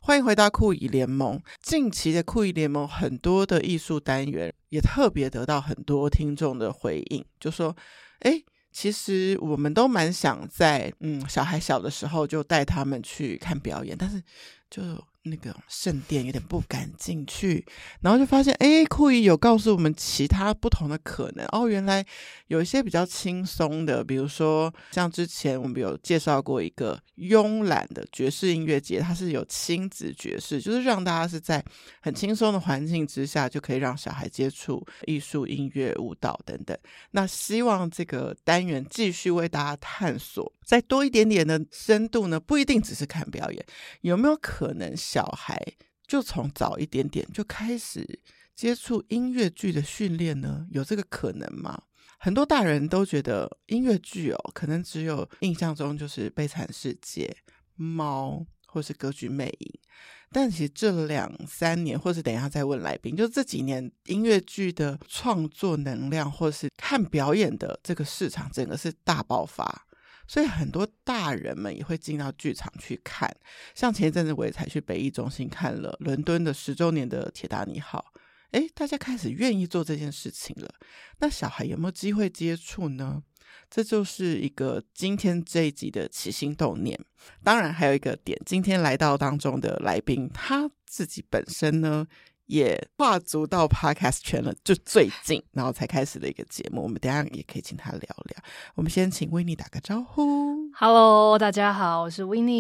欢迎回到酷姨联盟。近期的酷姨联盟很多的艺术单元也特别得到很多听众的回应，就说其实我们都蛮想在小孩小的时候就带他们去看表演，但是就那个圣殿有点不敢进去，然后就发现酷姨有告诉我们其他不同的可能原来有一些比较轻松的，比如说像之前我们有介绍过一个慵懒的爵士音乐节，它是有亲子爵士，就是让大家是在很轻松的环境之下就可以让小孩接触艺术、音乐、舞蹈等等。那希望这个单元继续为大家探索再多一点点的深度呢，不一定只是看表演，有没有可能小孩就从早一点点就开始接触音乐剧的训练呢？有这个可能吗？很多大人都觉得音乐剧可能只有印象中就是悲惨世界、猫或是歌剧魅影，但其实这2-3年，或是等一下再问来宾，就这几年音乐剧的创作能量或是看表演的这个市场整个是大爆发，所以很多大人们也会进到剧场去看。像前一阵子我也才去北艺中心看了伦敦的10周年的铁达尼号，大家开始愿意做这件事情了。那小孩有没有机会接触呢？这就是一个今天这一集的起心动念。当然还有一个点，今天来到当中的来宾他自己本身呢也跨足到 podcast 圈了，就最近然后才开始的一个节目，我们等一下也可以请他聊聊。我们先请 Winnie 打个招呼。 Hello 大家好，我是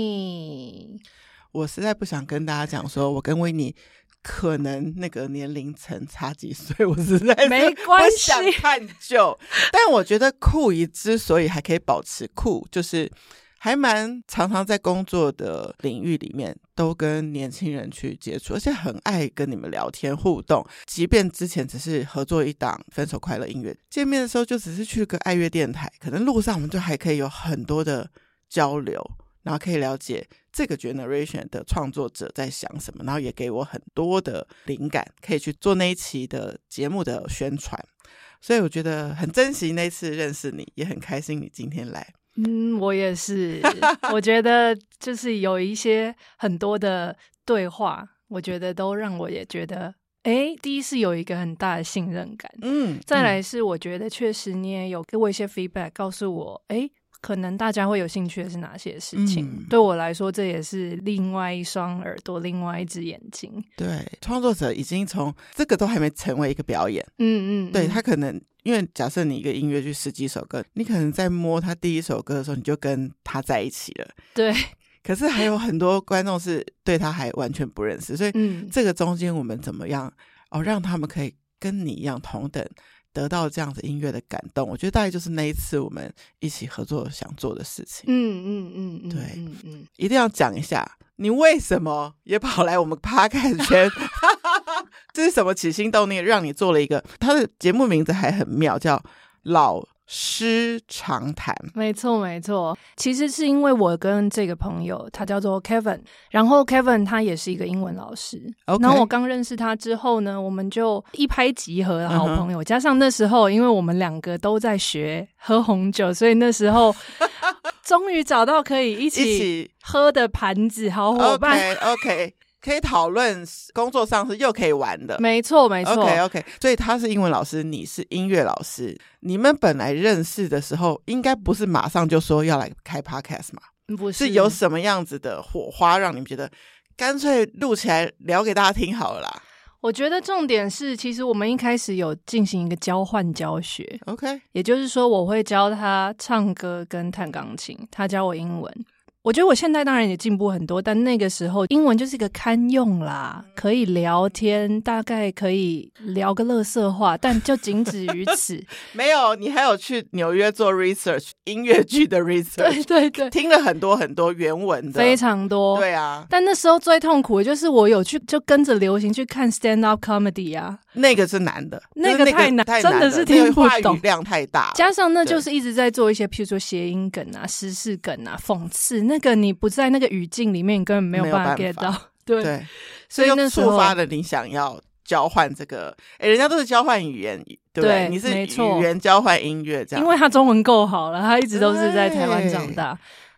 Winnie。 我实在不想跟大家讲说我跟 Winnie 可能那个年龄层差几岁，我实在是没关系， 不想探究。但我觉得酷姨之所以还可以保持酷，就是还蛮常常在工作的领域里面都跟年轻人去接触，而且很爱跟你们聊天互动。即便之前只是合作一档分手快乐音乐，见面的时候就只是去个爱乐电台，可能路上我们就还可以有很多的交流，然后可以了解这个 generation 的创作者在想什么，然后也给我很多的灵感，可以去做那一期的节目的宣传。所以我觉得很珍惜那次认识你，也很开心你今天来。 我也是我觉得就是有一些很多的对话，我觉得都让我也觉得第一是有一个很大的信任感，再来是我觉得确实你也有给我一些 feedback， 告诉我可能大家会有兴趣的是哪些事情，对我来说这也是另外一双耳朵，另外一只眼睛。对， 创作者已经从这个都还没成为一个表演，对，他可能因为假设你一个音乐剧10几首歌，你可能在摸他第一首歌的时候你就跟他在一起了， 对， 可是还有很多观众是对他还完全不认识，所以这个中间我们怎么样让他们可以跟你一样同等得到这样子音乐的感动，我觉得大概就是那一次我们一起合作想做的事情。对，一定要讲一下你为什么也跑来我们 podcast 圈这是什么起心动念让你做了一个，他的节目名字还很妙，叫老师长谈。 没错没错，其实是因为我跟这个朋友他叫做 Kevin， 然后 Kevin 他也是一个英文老师，然后我刚认识他之后呢，我们就一拍即合的好朋友，加上那时候因为我们2个都在学喝红酒，所以那时候终于找到可以一起喝的盘子好伙伴。 OK可以讨论工作上是又可以玩的。 没错没错 OK 所以他是英文老师，你是音乐老师，你们本来认识的时候应该不是马上就说要来开 podcast 嘛？ 不是， 是有什么样子的火花让你们觉得干脆录起来聊给大家听好了啦？ 我觉得重点是其实我们一开始有进行一个交换教学， OK， 也就是说我会教他唱歌跟弹钢琴，他教我英文。我觉得我现在当然也进步很多，但那个时候英文就是一个堪用啦，可以聊天，大概可以聊个垃圾话，但就仅止于此。 没有，你还有去纽约做 research， 音乐剧的 research， 对听了很多很多原文的， 非常多。 对啊， 但那时候最痛苦的就是我有去就跟着流行去看 stand up comedy 啊， 那个是难的， 那个太难， 真的是听不懂， 那个话语量太大， 加上那就是一直在做一些譬如说谐音梗啊、时事梗啊、讽刺，那个你不在那个语境里面你根本没有办法 get 到。对， 所以又触发了你想要交换这个，人家都是交换语言，对不对？你是语言交换音乐这样， 因为他中文够好了，他一直都是在台湾长大。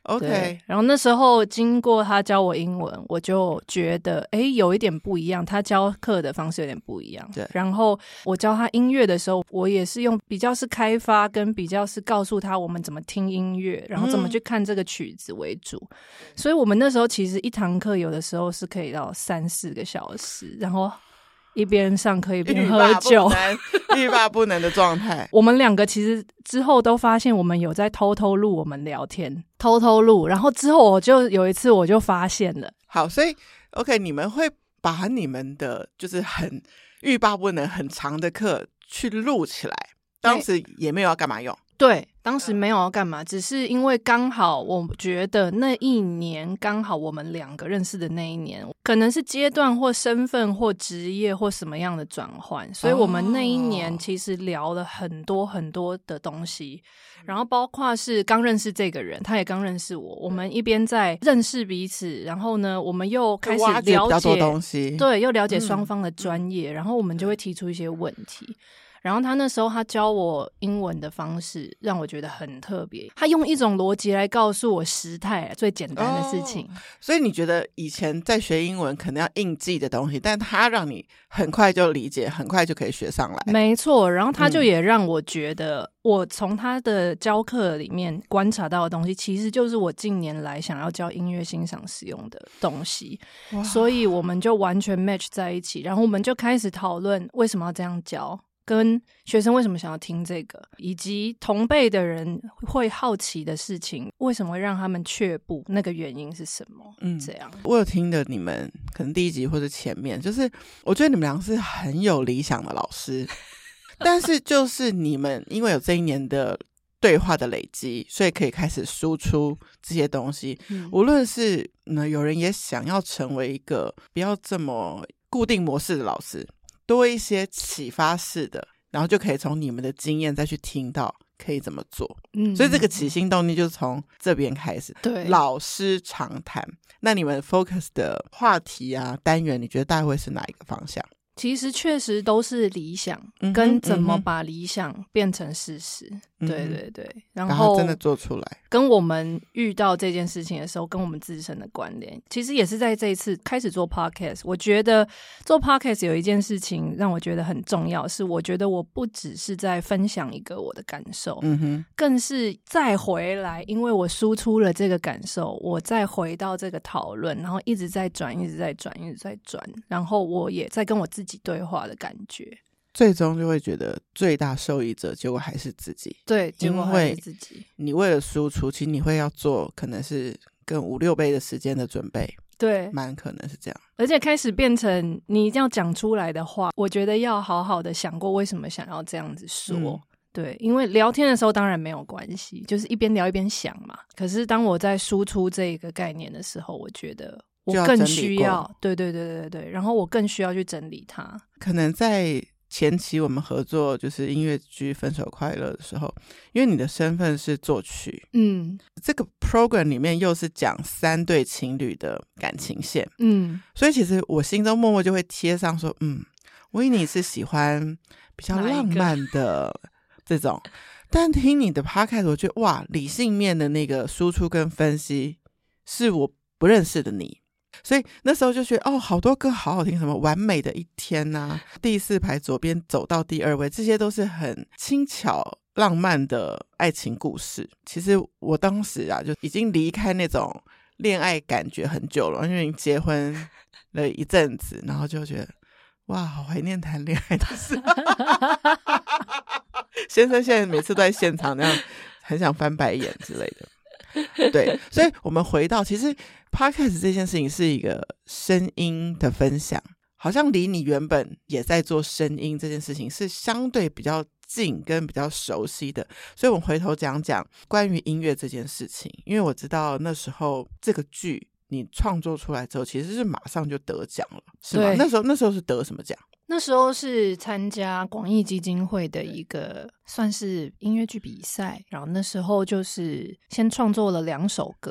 OK， 然后那时候经过他教我英文，我就觉得有一点不一样，他教课的方式有点不一样。 对， 然后我教他音乐的时候，我也是用比较是开发跟比较是告诉他我们怎么听音乐，然后怎么去看这个曲子为主。所以我们那时候其实一堂课有的时候是可以到3-4个小时，然后一边上课一边喝酒， 欲罢不能的状态。 我们两个其实之后都发现我们有在偷偷录我们聊天，偷偷录，然后之后我就有一次我就发现了。 好，所以 OK， 你们会把你们的就是很欲罢不能很长的课去录起来，当时也没有要干嘛用。 对，当时没有要干嘛，只是因为刚好我觉得那一年刚好我们两个认识的那一年，可能是阶段或身份或职业或什么样的转换，所以我们那一年其实聊了很多很多的东西，然后包括是刚认识这个人，他也刚认识我，我们一边在认识彼此，然后呢我们又开始了解比较多东西， 对，又了解双方的专业，然后我们就会提出一些问题。然后他那时候他教我英文的方式让我觉得很特别，他用一种逻辑来告诉我时态最简单的事情。 所以你觉得以前在学英文可能要硬记的东西，但他让你很快就理解，很快就可以学上来。 没错，然后他就也让我觉得我从他的教课里面观察到的东西其实就是我近年来想要教音乐欣赏使用的东西，所以我们就完全 match 在一起，然后我们就开始讨论为什么要这样教，跟学生为什么想要听这个，以及同辈的人会好奇的事情为什么会让他们却步，那个原因是什么。这样我有听的你们可能第一集或者前面，就是我觉得你们俩是很有理想的老师但是就是你们因为有这一年的对话的累积，所以可以开始输出这些东西。无论是有人也想要成为一个不要这么固定模式的老师，多一些启发式的，然后就可以从你们的经验再去听到可以怎么做。所以这个起心动念就是从这边开始。 对， 老师常谈。那你们 focus 的话题啊单元，你觉得大概会是哪一个方向？ 其实确实都是理想，跟怎么把理想变成事实。对对对，然后真的做出来， 跟我们遇到这件事情的时候跟我们自身的关联，其实也是在这一次开始做 podcast。我觉得做 podcast 有一件事情让我觉得很重要，是我觉得我不只是在分享一个我的感受，更是再回来，因为我输出了这个感受，我再回到这个讨论，然后一直在转一直在转一直在转，然后我也在跟我自己对话的感觉， 最终就会觉得最大受益者结果还是自己。 对，结果还是自己。 你为了输出，其实你会要做可能是更5-6倍的时间的准备。 对， 蛮可能是这样。 而且开始变成你一定要讲出来的话，我觉得要好好的想过为什么想要这样子说。对，因为聊天的时候当然没有关系，就是一边聊一边想嘛。可是当我在输出这个概念的时候，我觉得我更需要，对对对对对，然后我更需要去整理它。 可能在前期我们合作就是音乐剧《分手快乐》的时候，因为你的身份是作曲，这个 program 里面又是讲3对情侣的感情线，所以其实我心中默默就会贴上说，维尼是喜欢比较浪漫的这种，但听你的 podcast 我觉得哇，理性面的那个输出跟分析是我不认识的你，所以那时候就觉得好多歌好好听，什么完美的一天啊，第4排左边走到第2位，这些都是很轻巧浪漫的爱情故事。其实我当时啊就已经离开那种恋爱感觉很久了，因为结婚了一阵子，然后就觉得哇好怀念谈恋爱的事先生现在每次都在现场那样很想翻白眼之类的。对，所以我们回到其实 podcast 这件事情是一个声音的分享，好像离你原本也在做声音这件事情是相对比较近跟比较熟悉的。所以我们回头讲讲关于音乐这件事情，因为我知道那时候这个剧你创作出来之后其实是马上就得奖了，是吗？那时候是得什么奖？ 那时候是参加广义基金会的一个算是音乐剧比赛，然后那时候就是先创作了2首歌，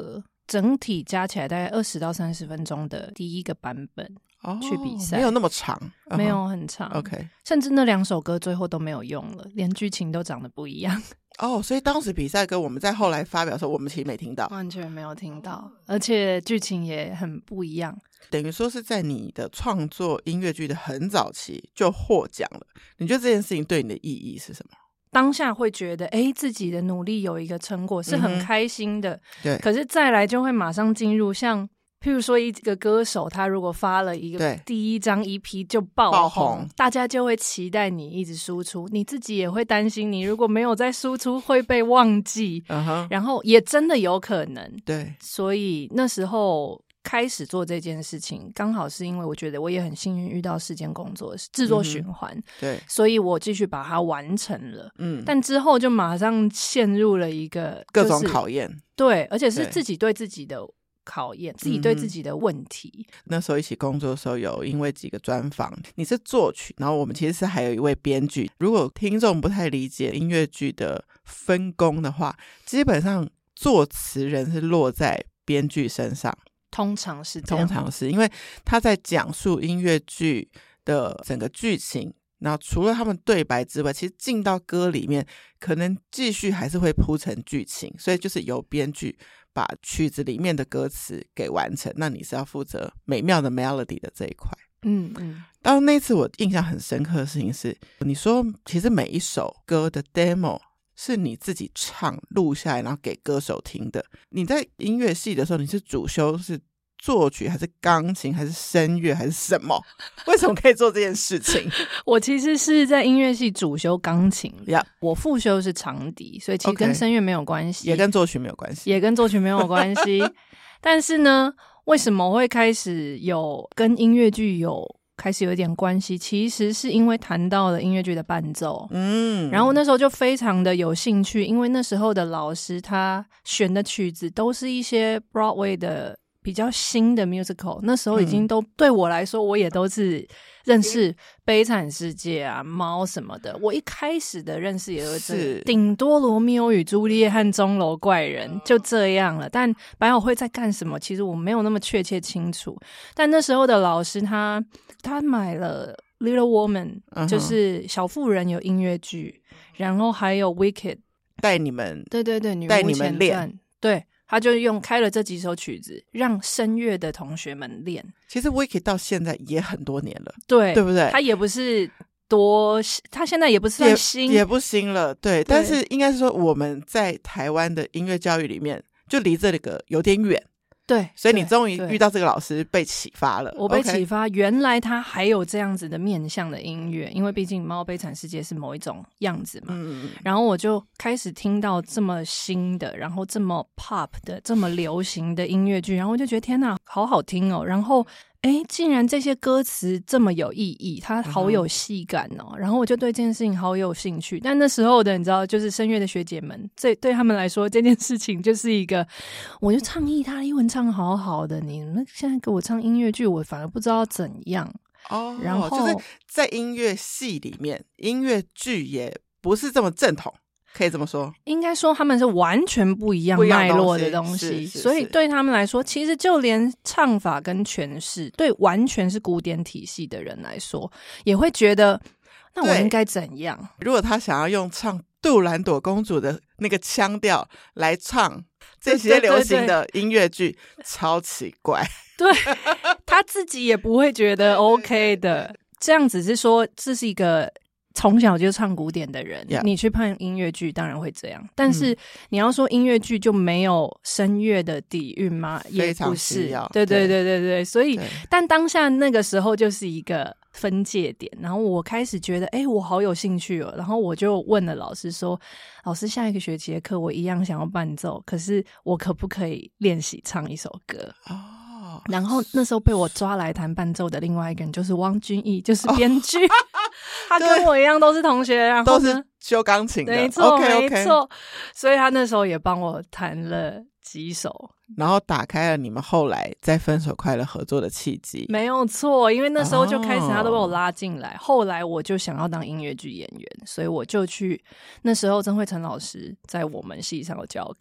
整体加起来大概20到30分钟的第一个版本去比赛， 没有那么长， 没有很长 OK， 甚至那2首歌最后都没有用了，连剧情都长得不一样。 所以当时比赛跟我们在后来发表的时候，我们其实没听到， 完全没有听到，而且剧情也很不一样。 等于说是在你的创作音乐剧的很早期就获奖了，你觉得这件事情对你的意义是什么？ 当下会觉得自己的努力有一个成果是很开心的， 对。 可是再来就会马上进入像譬如说一个歌手他如果发了一个第一张 EP 就爆红，大家就会期待你一直输出，你自己也会担心你如果没有再输出会被忘记，然后也真的有可能， 对， 所以那时候开始做这件事情刚好是因为我觉得我也很幸运遇到世间工作制作循环， 对， 所以我继续把它完成了，但之后就马上陷入了一个各种考验， 对，而且是自己对自己的考验，自己对自己的问题。 那时候一起工作的时候有因为几个专访，你是作曲，然后我们其实是还有一位编剧，如果听众不太理解音乐剧的分工的话，基本上作词人是落在编剧身上， 通常是这样， 通常是因为他在讲述音乐剧的整个剧情，然后除了他们对白之外，其实进到歌里面可能继续还是会铺成剧情，所以就是由编剧把曲子里面的歌词给完成，那你是要负责美妙的 melody 的这一块。当然那次我印象很深刻的事情是，你说其实每一首歌的 demo 是你自己唱录下来然后给歌手听的。你在音乐系的时候，你是主修是作曲还是钢琴还是声乐还是什么？为什么可以做这件事情？ 我其实是在音乐系主修钢琴，我副修是长笛，所以其实跟声乐没有关系， 也跟作曲没有关系， 也跟作曲没有关系。但是呢，为什么会开始有跟音乐剧开始有一点关系，其实是因为谈到了音乐剧的伴奏，然后那时候就非常的有兴趣，因为那时候的老师他选的曲子都是一些 Broadway 的比较新的 musical， 那时候已经都对我来说，我也都是认识悲惨世界啊、猫什么的。我一开始的认识也是顶多罗密欧与朱丽叶和钟楼怪人就这样了，但百老汇在干什么，其实我没有那么确切清楚。但那时候的老师他买了 Little Woman，就是小妇人有音乐剧，然后还有 Wicked 带你们， 对对对，女带你巫前们练， 对。他就开了这几首曲子让声乐的同学们练。 其实 Wicked 到现在也很多年了， 对， 对不对？ 他也不是他现在也不是算新， 也不新了，对。但是应该是说我们在台湾的音乐教育里面就离这个有点远， 对， 所以你终于遇到这个老师被启发了。 我被启发，原来他还有这样子的面向的音乐，因为毕竟猫悲惨世界是某一种样子嘛，然后我就开始听到这么新的，然后这么 pop 的这么流行的音乐剧，然后我就觉得天哪，好好听哦，然后竟然这些歌词这么有意义，它好有戏感哦，然后我就对这件事情好有兴趣。但那时候的你知道，就是声乐的学姐们，对他们来说这件事情就是一个，我就唱意大利文唱好好的，你们现在给我唱音乐剧，我反而不知道怎样哦。 然后就是在音乐系里面，音乐剧也不是这么正统。可以这么说， 应该说他们是完全不一样脉络的东西，所以对他们来说，其实就连唱法跟诠释，对完全是古典体系的人来说，也会觉得那我应该怎样？ 如果他想要用唱杜兰朵公主的那个腔调来唱这些流行的音乐剧，超奇怪。 对，他自己也不会觉得 OK 的。这样只是说，这是一个从小就唱古典的人，你去看音乐剧当然会这样，但是你要说音乐剧就没有声乐的底蕴吗？也不是，对对对对对，所以但当下那个时候就是一个分界点，然后我开始觉得我好有兴趣哦，然后我就问了老师说，老师下一个学期的课我一样想要伴奏，可是我可不可以练习唱一首歌然后那时候被我抓来弹伴奏的另外一个人就是汪君毅，就是编剧他跟我一样都是同学，然后都是修钢琴的， 没错没错，所以他那时候也帮我弹了几首， 然后打开了你们后来在分手快乐合作的契机。 没有错，因为那时候就开始他都把我拉进来，后来我就想要当音乐剧演员，所以我就去，那时候曾慧成老师在我们系上有教课，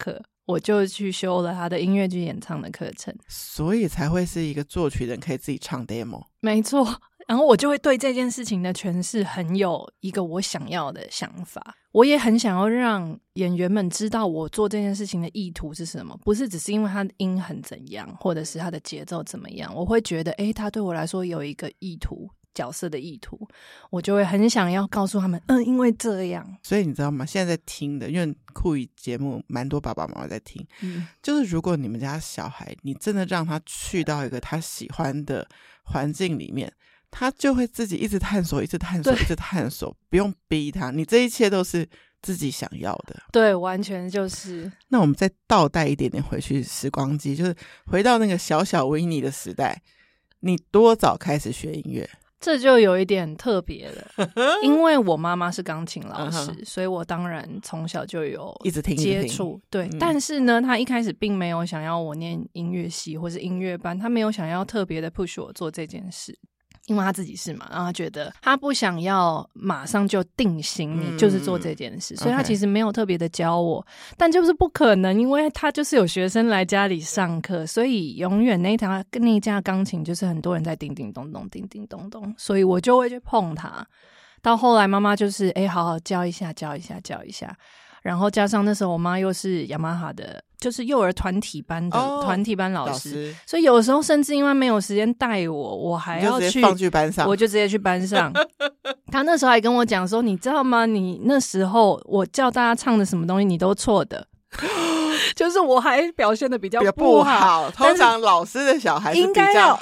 我就去修了他的音乐剧演唱的课程， 所以才会是一个作曲人可以自己唱 demo。 没错，然后我就会对这件事情的诠释很有一个我想要的想法，我也很想要让演员们知道我做这件事情的意图是什么，不是只是因为他的音很怎样，或者是他的节奏怎么样，我会觉得他对我来说有一个意图，角色的意图，我就会很想要告诉他们因为这样。 所以你知道吗，现在在听的，因为酷姨节目蛮多爸爸妈妈在听，就是如果你们家小孩你真的让他去到一个他喜欢的环境里面，他就会自己一直探索一直探索一直探索，不用逼他，你这一切都是自己想要的。 对，完全就是。 那我们再倒带一点点回去时光机，就是回到那个小小维尼的时代，你多早开始学音乐？ 这就有一点特别了因为我妈妈是钢琴老师所以我当然从小就有一直听接触。对，但是呢她一开始并没有想要我念音乐系或是音乐班，她没有想要特别的 push 我做这件事，因为他自己是嘛，然后他觉得他不想要马上就定型你就是做这件事，所以他其实没有特别的教我，但就是不可能，因为他就是有学生来家里上课，所以永远那架钢琴就是很多人在叮叮咚咚叮叮咚咚，所以我就会去碰它。到后来妈妈就是好好教一下，然后加上那时候我妈又是雅马哈的就是幼儿团体班的团体班老师，所以有时候甚至因为没有时间带我还要去放去班上， 我就直接去班上他那时候还跟我讲说，你知道吗，你那时候我叫大家唱的什么东西你都错的就是我还表现的比较不好， 通常老师的小孩是比较好，应该要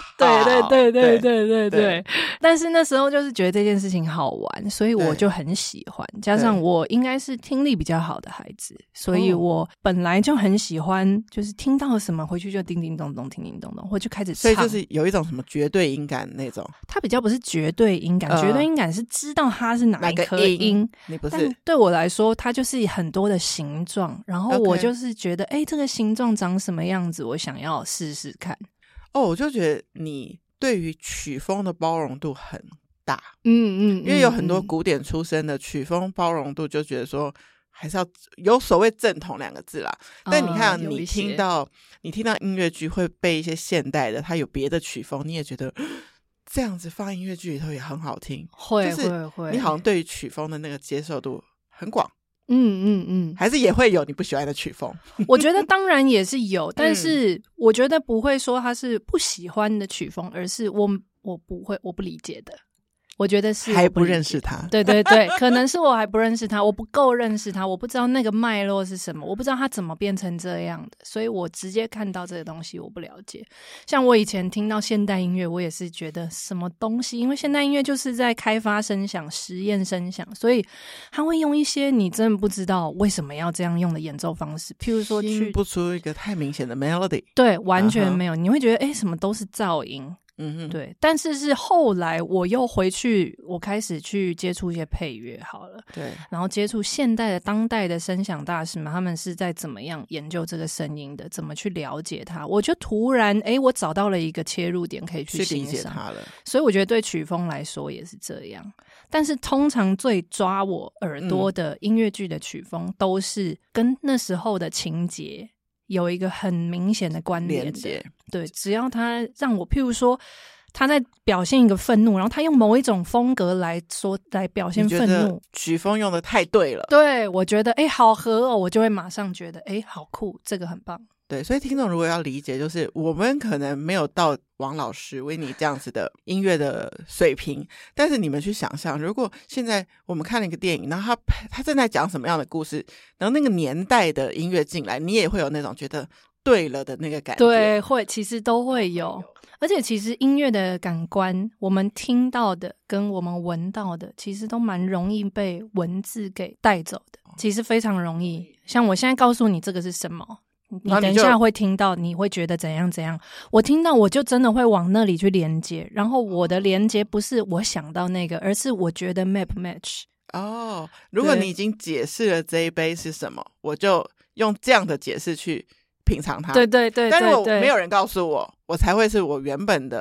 对但是那时候就是觉得这件事情好玩，所以我就很喜欢，加上我应该是听力比较好的孩子，所以我本来就很喜欢，就是听到什么回去就叮叮咚咚叮叮咚咚，我就开始唱， 所以就是有一种什么绝对音感那种。 它比较不是绝对音感，绝对音感是知道它是哪一颗音， 你不是。 但对我来说它就是很多的形状，然后我就是觉得这个形状长什么样子我想要试试看。 我就觉得你对于曲风的包容度很大，因为有很多古典出身的曲风包容度就觉得说还是要有所谓正统2个字啦，但你看你听到音乐剧会被一些现代的它有别的曲风，你也觉得这样子放音乐剧里头也很好听， 会你好像对于曲风的那个接受度很广。还是也会有你不喜欢的曲风我觉得当然也是有但是我觉得不会说它是不喜欢的曲风，而是我不理解的，我觉得是还不认识他。 对可能是我还不认识他，我不够认识他，我不知道那个脉络是什么，我不知道他怎么变成这样的，所以我直接看到这个东西我不了解。像我以前听到现代音乐我也是觉得什么东西，因为现代音乐就是在开发声响实验声响，所以他会用一些你真的不知道为什么要这样用的演奏方式，譬如说听不出一个太明显的 melody， 对，完全没有，你会觉得什么都是噪音。对，但是后来我又回去，我开始去接触一些配乐好了， 对， 然后接触现代的当代的声响大师们，他们是在怎么样研究这个声音的，怎么去了解它，我就突然我找到了一个切入点可以去欣赏， 理解它了。 所以我觉得对曲风来说也是这样，但是通常最抓我耳朵的音乐剧的曲风都是跟那时候的情节有一个很明显的关联的，对，只要他让我譬如说他在表现一个愤怒，然后他用某一种风格来表现愤怒， 曲风用的太对了， 对，我觉得好合我就会马上觉得好酷，这个很棒。 对，所以听众如果要理解，就是我们可能没有到王老师维尼这样子的音乐的水平，但是你们去想象，如果现在我们看了一个电影，然后他正在讲什么样的故事，然后那个年代的音乐进来，你也会有那种觉得对了的那个感觉。 对，会，其实都会有。而且其实音乐的感官，我们听到的跟我们闻到的其实都蛮容易被文字给带走的，其实非常容易。像我现在告诉你这个是什么，你等一下会听到，你会觉得怎样怎样，我听到我就真的会往那里去连接，然后我的连接不是我想到那个，而是我觉得 map match。 如果你已经解释了这一杯是什么，我就用这样的解释去品尝它。 对， 但如果没有人告诉我才会是我原本的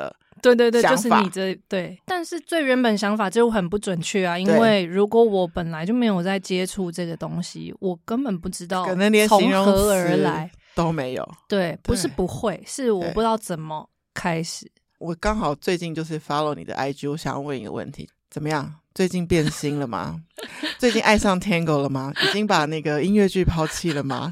对对对，就是你对，但是最原本想法就很不准确啊，因为如果我本来就没有在接触这个东西，我根本不知道可能连形容从何而来都没有。 对，不是不会，是我不知道怎么开始。 我刚好最近就是 follow 你的 IG， 我想要问一个问题，怎么样？最近变心了吗？最近爱上 Tango 了吗？已经把那个音乐剧抛弃了吗？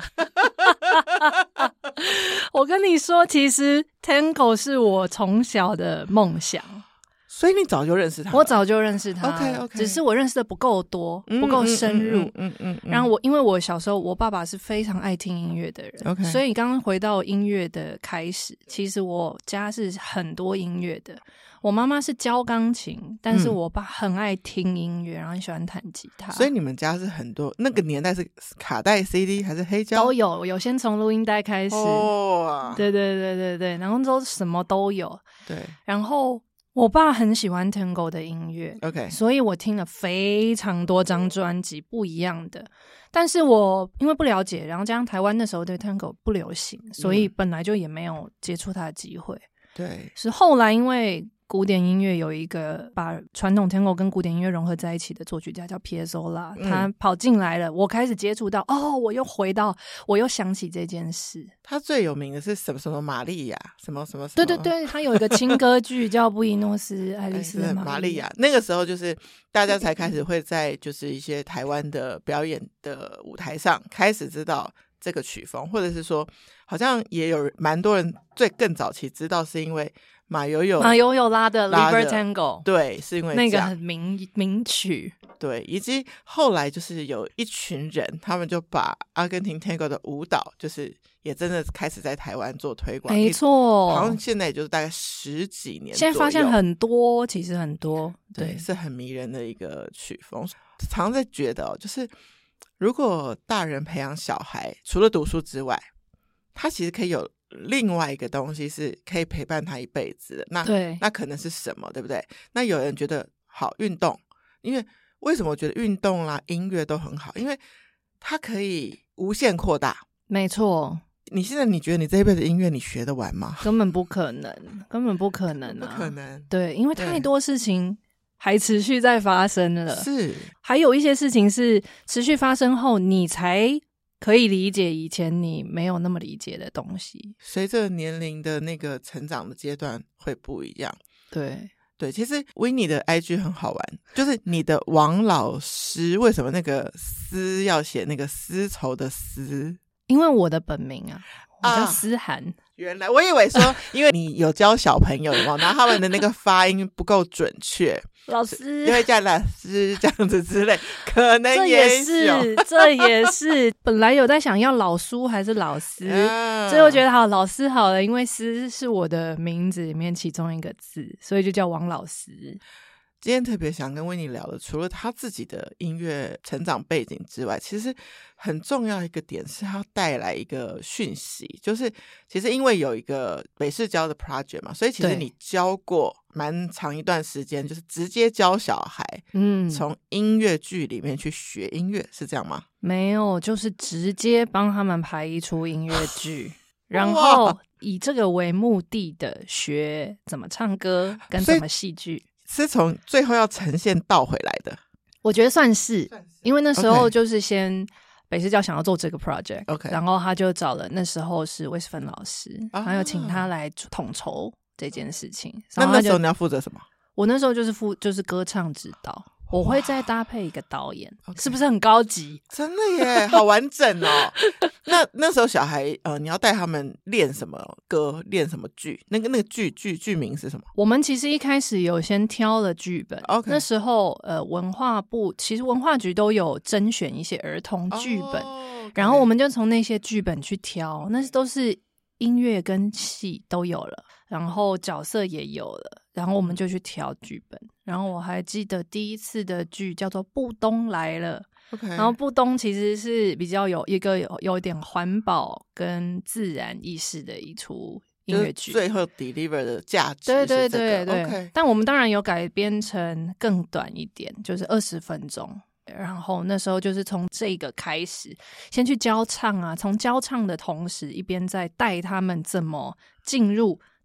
我跟你说，其实 Tango 是我从小的梦想。 所以你早就认识他？ 我早就认识他 OK， 只是我认识的不够多，不够深入。然后因为我小时候我爸爸是非常爱听音乐的人 OK， 所以刚刚回到音乐的开始，其实我家是很多音乐的。我妈妈是教钢琴，但是我爸很爱听音乐，然后很喜欢弹吉他。 所以你们家是很多，那个年代是卡带 CD 还是黑胶？ 都有先从录音带开始。对对对对对，然后都什么都有。 对， 然后我爸很喜欢 Tango 的音乐 OK， 所以我听了非常多张专辑不一样的，但是我因为不了解，然后加上台湾那时候对 Tango 不流行，所以本来就也没有接触他的机会。 对， 是后来因为古典音乐有一个把传统 Tango 跟古典音乐融合在一起的作曲家叫 Piazzolla，他跑进来了，我开始接触到我又想起这件事。他最有名的是什么什么玛利亚什么什么什么， 对对对，他有一个轻歌剧叫布宜诺斯艾利斯的玛利亚。那个时候就是大家才开始会在就是一些台湾的表演的舞台上开始知道这个曲风，或者是说好像也有蛮多人更早期知道，是因为马友友拉的 Libertango， 对，是因为那个很名曲。 对，以及后来就是有一群人，他们就把阿根廷 Tango 的舞蹈，就是也真的开始在台湾做推广。 没错， 好像现在也就是大概10几年左右， 现在发现很多，其实很多， 对，是很迷人的一个曲风。常在觉得就是如果大人培养小孩，除了读书之外，他其实可以有另外一个东西是可以陪伴他一辈子的。那可能是什么，对不对？那有人觉得好运动，因为为什么我觉得运动啦音乐都很好，因为它可以无限扩大。 没错， 你现在你觉得你这一辈子音乐你学得完吗？ 根本不可能，根本不可能啊， 不可能。 对，因为太多事情还持续在发生了， 是还有一些事情是持续发生后你才可以理解以前你没有那么理解的东西。 随着年龄的那个成长的阶段会不一样。对，其实Winnie的 IG 很好玩，就是你的王老师为什么那个丝要写那个丝绸的丝？ 因为我的本名我叫思涵。 原来我以为说因为你有教小朋友然后他们的那个发音不够准确， 老师就会叫老师这样子之类，可能也这也是本来有在想要老苏还是老师，最后觉得好老师好了，因为师是我的名字里面其中一个字，所以就叫王老师。 今天特别想跟Winnie聊的，除了他自己的音乐成长背景之外，其实很重要一个点是他带来一个讯息，就是其实因为有一个北市教的 project 嘛，所以其实你教过蛮长一段时间，就是直接教小孩从音乐剧里面去学音乐，是这样吗？ 没有，就是直接帮他们排一出音乐剧然后以这个为目的的学怎么唱歌跟怎么戏剧， 是从最后要呈现倒回来的。 我觉得算是因为那时候就是先北市教想要做这个 project， 然后他就找了那时候是魏世芬老师，然后请他来统筹这件事情。 那时候你要负责什么？ 我那时候就是歌唱指导，我会再搭配一个导演，是不是很高级？ 真的耶，好完整哦。那时候小孩你要带他们练什么歌，练什么剧？那个剧名是什么？ 我们其实一开始有先挑了剧本，那时候文化部其实文化局都有甄选一些儿童剧本，然后我们就从那些剧本去挑，那都是音乐跟戏都有了，然后角色也有了，然后我们就去挑剧本。然后我还记得第一次的剧叫做《布东来了》然后布东其实是比较有点环保跟自然意识的一出音乐剧， 就是最后 deliver 的价值对是这个。 对，但我们当然有改编成更短一点，就是20分钟。然后那时候就是从这个开始先去教唱从教唱的同时一边在带他们怎么进入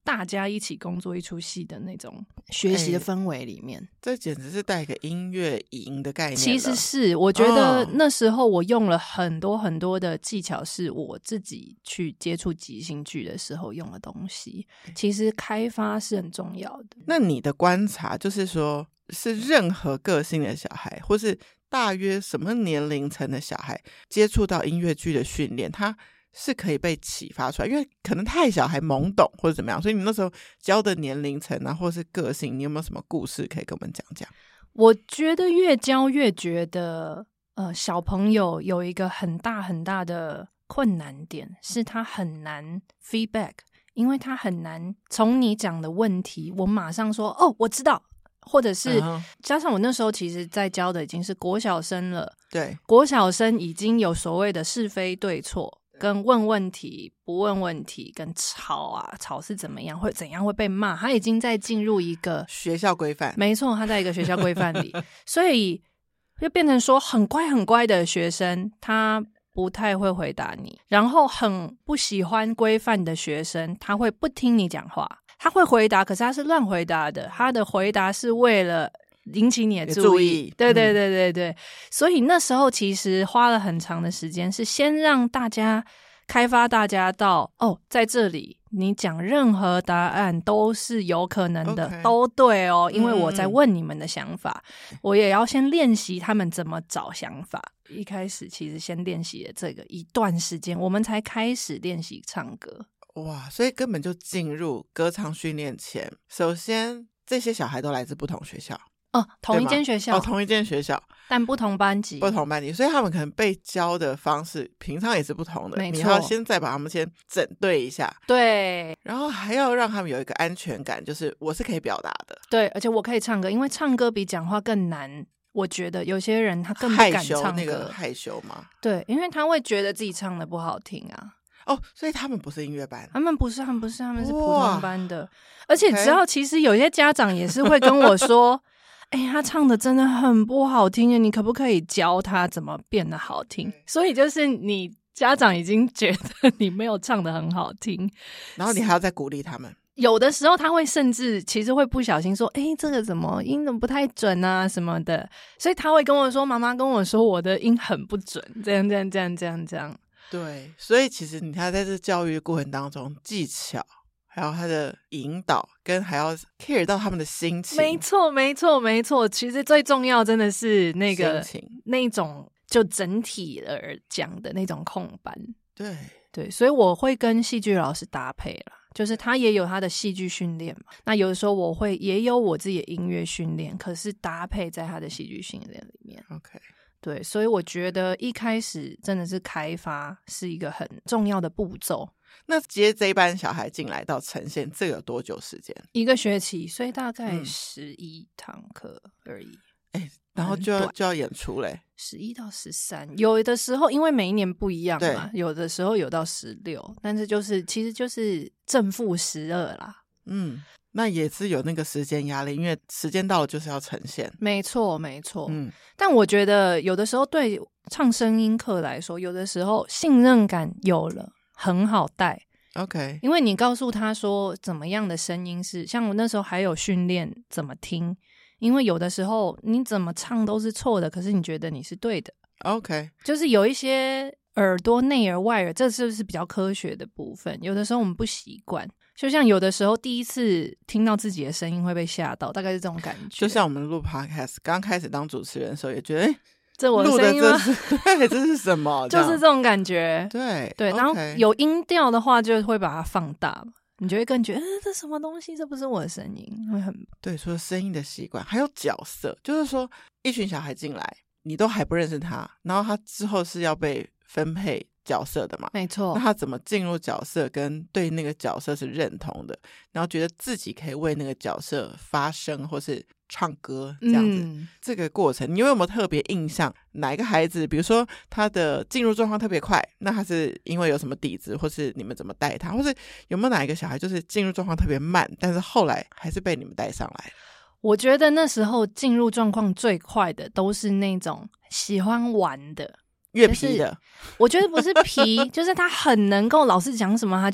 大家一起工作一出戏的那种学习的氛围里面。 这简直是带一个音乐营的概念了。 其实是我觉得那时候我用了很多很多的技巧，是我自己去接触即兴剧的时候用的东西。其实开发是很重要的。 那你的观察就是说，是任何个性的小孩，或是大约什么年龄层的小孩接触到音乐剧的训练，他是可以被启发出来？因为可能太小还懵懂或者怎么样，所以你那时候教的年龄层啊，或是个性，你有没有什么故事可以跟我们讲讲？ 我觉得越教越觉得小朋友有一个很大很大的困难点，是他很难 feedback， 因为他很难从你讲的问题我马上说哦我知道，或者是加上我那时候其实在教的已经是国小生了， 对， 国小生已经有所谓的是非对错，跟问问题不问问题，跟吵是怎么样，会怎样会被骂，他已经在进入一个学校规范。 没错，他在一个学校规范里所以就变成说很乖很乖的学生他不太会回答你，然后很不喜欢规范的学生他会不听你讲话，他会回答，可是他是乱回答的，他的回答是为了引起你的注意。对对对对对，所以那时候其实花了很长的时间，是先让大家开发大家到在这里你讲任何答案都是有可能的，都对哦，因为我在问你们的想法，我也要先练习他们怎么找想法。一开始其实先练习了这个一段时间，我们才开始练习唱歌。 哇，所以根本就进入歌唱训练前，首先这些小孩都来自不同学校。 同一间学校。 同一间学校， 但不同班级， 所以他们可能被教的方式平常也是不同的。 没错， 你要先再把他们先整对一下， 对， 然后还要让他们有一个安全感，就是我是可以表达的， 对，而且我可以唱歌，因为唱歌比讲话更难。我觉得有些人他更不敢唱歌， 那个害羞吗？ 对，因为他会觉得自己唱的不好听啊。 所以他们不是音乐班， 他们不是，他们是普通班的。而且只要其实有些家长也是会跟我说他唱的真的很不好听耶，你可不可以教他怎么变得好听？所以就是你家长已经觉得你没有唱得很好听， 然后你还要再鼓励他们。 有的时候他会甚至其实会不小心说这个怎么音怎么不太准啊什么的，所以他会跟我说，妈妈跟我说我的音很不准，这样。 对，所以其实你看在这教育的过程当中，技巧还有他的引导，跟还要 care 到他们的心情。 没错，其实最重要真的是那个那种就整体而讲的那种空班。对，所以我会跟戏剧老师搭配啦，就是他也有他的戏剧训练嘛，那有的时候我会也有我自己的音乐训练，可是搭配在他的戏剧训练里面。 OK， 对，所以我觉得一开始真的是开发是一个很重要的步骤。 那接这一班小孩进来到呈现，这有多久时间 ？1个学期，所以大概11堂课而已。 然后就要演出嘞 ，11到13，有的时候因为每一年不一样嘛，有的时候有到16，但是其实就是正负12啦。 那也是有那个时间压力，因为时间到了就是要呈现。 没错。但我觉得有的时候对唱声音课来说，有的时候信任感有了很好带。 OK， 因为你告诉他说怎么样的声音是，像我那时候还有训练怎么听，因为有的时候你怎么唱都是错的，可是你觉得你是对的。 OK， 就是有一些耳朵内耳外耳，这是不是比较科学的部分，有的时候我们不习惯，就像有的时候第一次听到自己的声音会被吓到，大概是这种感觉。 就像我们录 podcast 刚开始当主持人的时候也觉得这我的声音吗？ 对，这是什么？ 就是这种感觉。 对， 然后有音调的话就会把它放大嘛，你就会更觉得这什么东西，这不是我的声音，会很对。除了声音的习惯，还有角色，就是说一群小孩进来，你都还不认识他，然后他之后是要被分配角色的嘛？ 没错。 那他怎么进入角色，跟对那个角色是认同的，然后觉得自己可以为那个角色发声或是唱歌这样子，这个过程你有没有特别印象？哪一个孩子比如说他的进入状况特别快，那他是因为有什么底子，或是你们怎么带他，或是有没有哪一个小孩就是进入状况特别慢，但是后来还是被你们带上来？ 我觉得那时候进入状况最快的都是那种喜欢玩的， 越皮的， 我觉得不是皮就是他很能够老师讲什么他就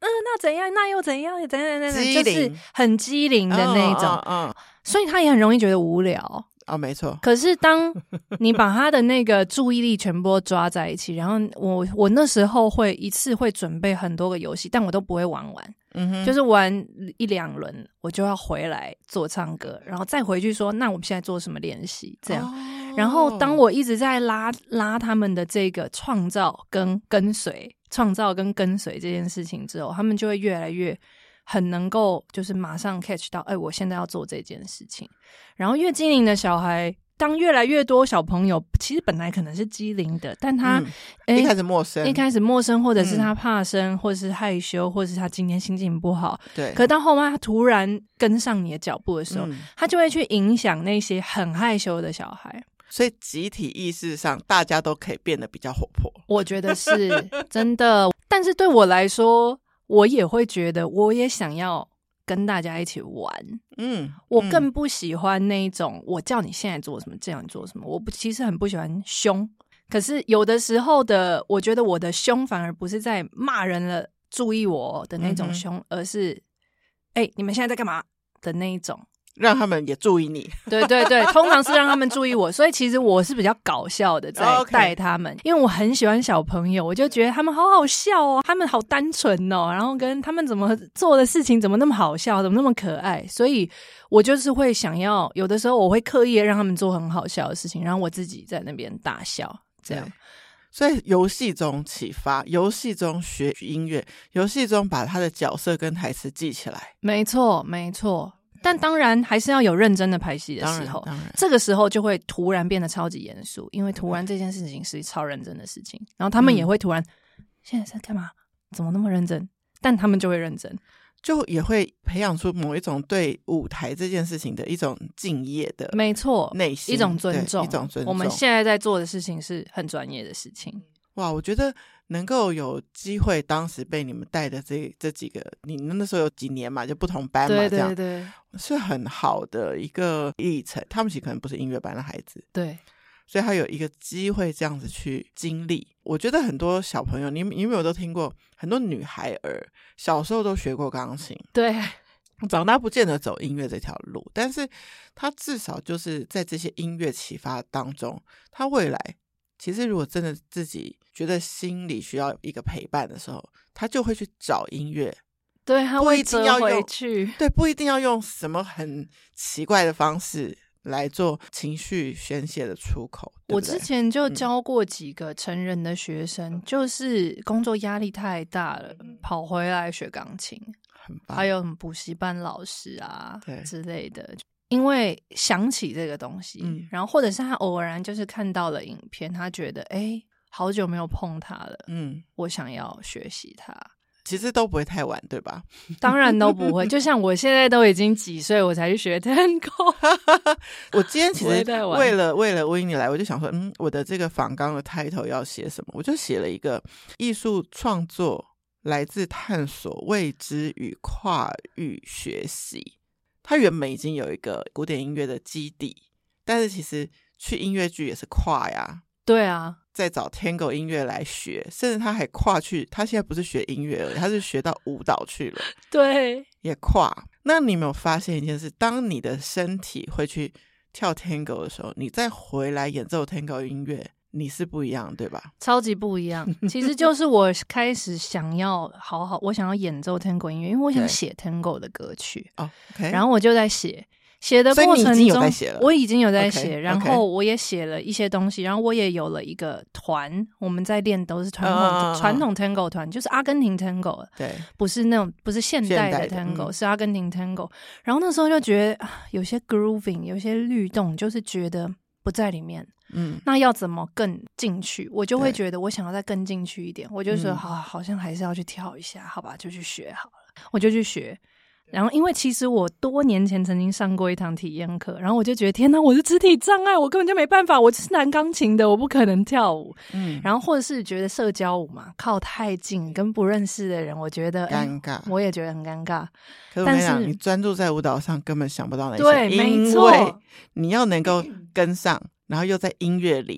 那怎样，那又怎样，怎样，就是很机灵的那种，所以他也很容易觉得无聊。 没错。 可是当你把他的那个注意力全部都抓在一起，然后我那时候会一次会准备很多个游戏，但我都不会玩完，就是玩1-2轮我就要回来做唱歌，然后再回去说那我们现在做什么练习这样。然后当我一直在拉他们的这个创造跟跟随这件事情之后，他们就会越来越很能够就是马上 catch 到我现在要做这件事情。然后越机灵的小孩，当越来越多小朋友其实本来可能是机灵的，但他一开始陌生， 或者是他怕生，或者是害羞，或者是他今天心情不好， 对。 可到后面他突然跟上你的脚步的时候，他就会去影响那些很害羞的小孩。 所以集体意识上大家都可以变得比较活泼， 我觉得是真的。但是对我来说，我也会觉得我也想要跟大家一起玩。我更不喜欢那一种我叫你现在做什么这样做什么，其实很不喜欢凶。可是有的时候的我觉得我的凶反而不是在骂人了注意我的那种凶，而是你们现在在干嘛的那一种， 让他们也注意你。 对对对，通常是让他们注意我。所以其实我是比较搞笑的在带他们，因为我很喜欢小朋友，我就觉得他们好好笑哦，他们好单纯哦，然后跟他们怎么做的事情怎么那么好笑，怎么那么可爱，所以我就是会想要有的时候我会刻意让他们做很好笑的事情，然后我自己在那边大笑这样。 所以游戏中启发，游戏中学音乐，游戏中把他的角色跟台词记起来。没错没错。但当然还是要有认真的排戏的时候，这个时候就会突然变得超级严肃，因为突然这件事情是超认真的事情，然后他们也会突然现在在干嘛，怎么那么认真，但他们就会认真，就也会培养出某一种对舞台这件事情的一种敬业的，没错，内心一种尊重，我们现在在做的事情是很专业的事情。哇，我觉得能够有机会当时被你们带的这几个，你那时候有几年嘛，就不同班嘛，对对对，是很好的一个历程。他们其实可能不是音乐班的孩子，对，所以他有一个机会这样子去经历。我觉得很多小朋友，你有没有都听过，很多女孩儿小时候都学过钢琴，对，长大不见得走音乐这条路，但是他至少就是在这些音乐启发当中，他未来其实如果真的自己觉得心里需要一个陪伴的时候，他就会去找音乐，对，他会折回去，对，不一定要用什么很奇怪的方式来做情绪宣泄的出口。对对，我之前就教过几个成人的学生，就是工作压力太大了，跑回来学钢琴，很棒，还有补习班老师啊之类的，因为想起这个东西，然后或者是他偶然就是看到了影片，他觉得好久没有碰它了，我想要学习它。其实都不会太晚，对吧？当然都不会，就像我现在都已经几岁我才去学 Tango 我今天其实为了维尼来，我就想说我的这个访纲的 title 要写什么，我就写了一个艺术创作来自探索未知与跨域学习。他原本已经有一个古典音乐的基底，但是其实去音乐剧也是跨呀，对啊，再找 Tango 音乐来学，甚至他还跨去，他现在不是学音乐而已，他是学到舞蹈去了，对，也跨。那你有没有发现一件事，当你的身体会去跳 Tango 的时候，你再回来演奏 Tango 音乐，你是不一样，对吧？超级不一样。其实就是我开始想要我想要演奏 Tango 音乐，因为我想写 Tango 的歌曲，然后我就在写的过程中，我已经有在写，然后我也写了一些东西，然后我也有了一个团，我们在练都是传统 Tango 团，就是阿根廷 Tango， 对，不是现代的 Tango，是阿根廷 Tango。然后那时候就觉得有些 grooving， 有些律动，就是觉得不在里面。那要怎么更进去？我就会觉得我想要再更进去一点，我就说好像还是要去跳一下，好吧，就去学好了，我就去学。然后因为其实我多年前曾经上过一堂体验课，然后我就觉得天哪，我是肢体障碍，我根本就没办法，我是弹钢琴的，我不可能跳舞。然后或者是觉得社交舞嘛，靠太近跟不认识的人，我觉得尴尬，我也觉得很尴尬。可是我跟你讲，你专注在舞蹈上根本想不到那些，对，没错，因为你要能够跟上，然后又在音乐里，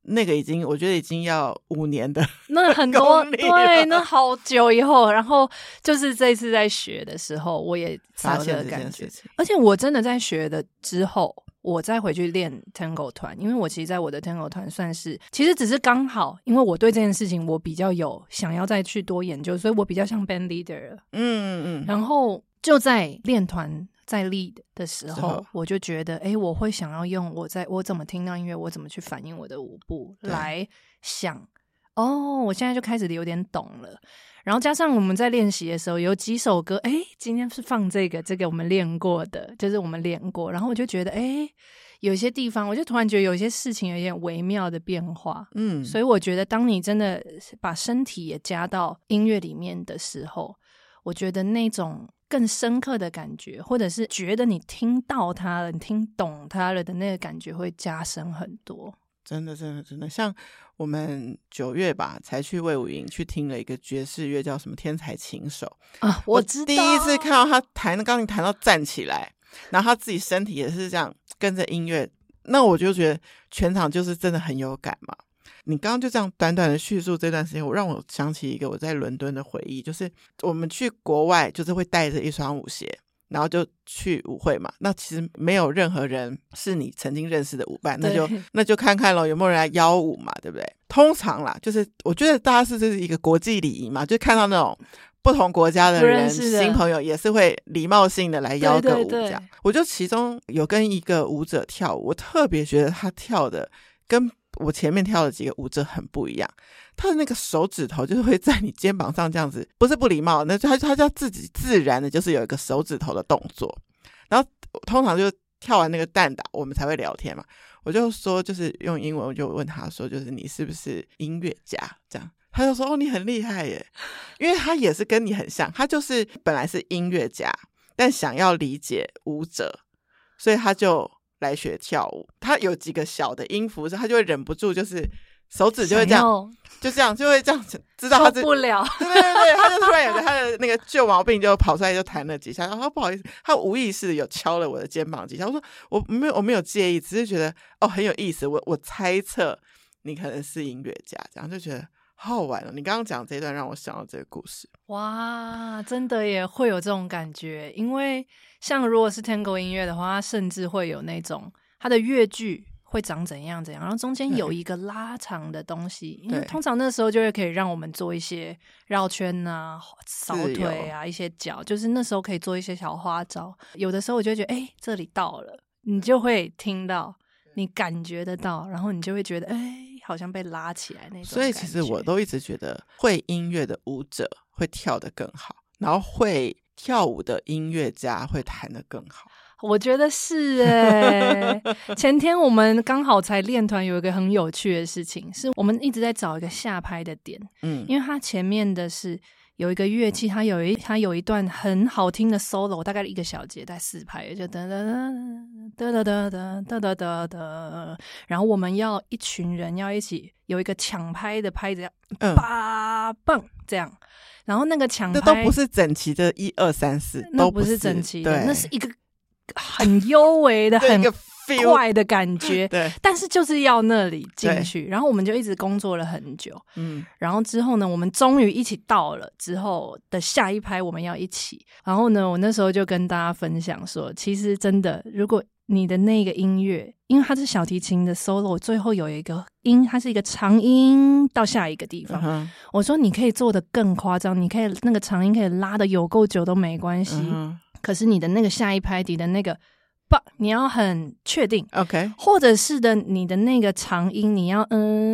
那个我觉得已经要5年的那很多对，那好久以后，然后就是这次在学的时候，我也发现这个感觉，而且我真的在学的之后，我再回去练 Tango 团，因为我其实在我的 Tango 团算是，其实只是刚好，因为我对这件事情我比较有想要再去多研究，所以我比较像 band leader 了。然后就在练团在 lead 的时候，我就觉得我会想要用我怎么听到音乐，我怎么去反映我的舞步来想我现在就开始有点懂了。然后加上我们在练习的时候有几首歌今天是放这个我们练过的，就是我们练过，然后我就觉得有些地方我就突然觉得有些事情有点微妙的变化。所以我觉得当你真的把身体也加到音乐里面的时候，我觉得那种更深刻的感觉，或者是觉得你听到它了，你听懂它了的那个感觉会加深很多。 真的像我们9月吧才去卫武营去听了一个爵士乐叫什么天才琴手啊，我知道， 第一次看到他弹钢琴弹到站起来，然后他自己身体也是这样跟着音乐，那我就觉得全场就是真的很有感嘛。你刚刚就这样短短的叙述这段时间，让我想起一个我在伦敦的回忆，就是我们去国外就是会带着一双舞鞋，然后就去舞会嘛，那其实没有任何人是你曾经认识的舞伴，那就看看咯有没有人来邀舞嘛，对不对？通常啦，就是我觉得大家这是一个国际礼仪嘛，就看到那种不同国家的人新朋友也是会礼貌性的来邀个舞这样。我就其中有跟一个舞者跳舞，我特别觉得他跳的跟我前面跳的几个舞者很不一样，他的那个手指头就是会在你肩膀上这样子，不是不礼貌，那他就自己自然的就是有一个手指头的动作。然后通常就跳完那个蛋打我们才会聊天嘛，我就说就是用英文，我就问他说就是你是不是音乐家这样，他就说你很厉害耶，因为他也是跟你很像，他就是本来是音乐家但想要理解舞者，所以他就来学跳舞。他有几个小的音符他就会忍不住就是手指就会这样就这样知道他受不了对，他就突然有个他的那个旧毛病就跑出来就弹了几下，然后不好意思他无意识有敲了我的肩膀几下，我说我没有介意，只是觉得很有意思，我猜测你可能是音乐家，这样就觉得好好玩你刚刚讲这一段让我想到这个故事。 哇，真的也会有这种感觉，因为像如果是 Tango 音乐的话，它甚至会有那种它的乐句会长怎样，然后中间有一个拉长的东西，因为通常那时候就会可以让我们做一些绕圈啊、扫腿啊、一些脚，就是那时候可以做一些小花招。有的时候我就会觉得这里到了，你就会听到，你感觉得到，然后你就会觉得好像被拉起来那种感觉。 所以其实我都一直觉得会音乐的舞者会跳得更好，然后会跳舞的音乐家会弹得更好。 我觉得是前天我们刚好才练团，有一个很有趣的事情，是我们一直在找一个下拍的点，因为它前面的是有一个乐器，它有一段很好听的 solo， 大概1个小节，大概4拍，就哒哒哒哒哒哒哒哒哒哒，然后我们要一群人要一起有一个抢拍的拍子，叭棒这样，然后那个抢拍那都不是整齐的1 2 3 4， 那不是整齐的，那是一个很幽微的很快的感觉， 对， 但是就是要那里进去，然后我们就一直工作了很久，然后之后呢我们终于一起到了之后的下一拍我们要一起，然后呢我那时候就跟大家分享说，其实真的如果你的那个音乐，因为它是小提琴的 solo， 最后有一个音，它是一个长音到下一个地方，我说你可以做得更夸张，你可以那个长音可以拉得有够久都没关系，可是你的那个下一拍，你的那个你要很确定 OK， 或者是你的那个长音你要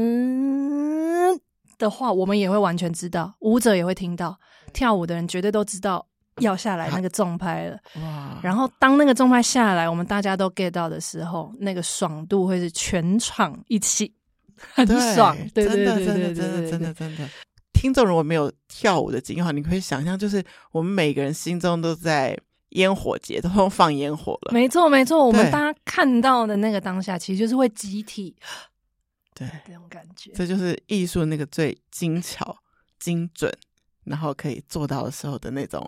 的话，我们也会完全知道，舞者也会听到，跳舞的人绝对都知道要下来那个重拍了。哇！然后当那个重拍下来，我们大家都 get 到的时候，那个爽度会是全场一起很爽。对对对对对， 真的。听众如果没有跳舞的经验的话，你可以想象，就是我们每个人心中都在烟火节，都放烟火了。 没错没错，我们大家看到的那个当下，其实就是会集体对这种感觉。 这就是艺术那个最精巧、精准，然后可以做到的时候的那种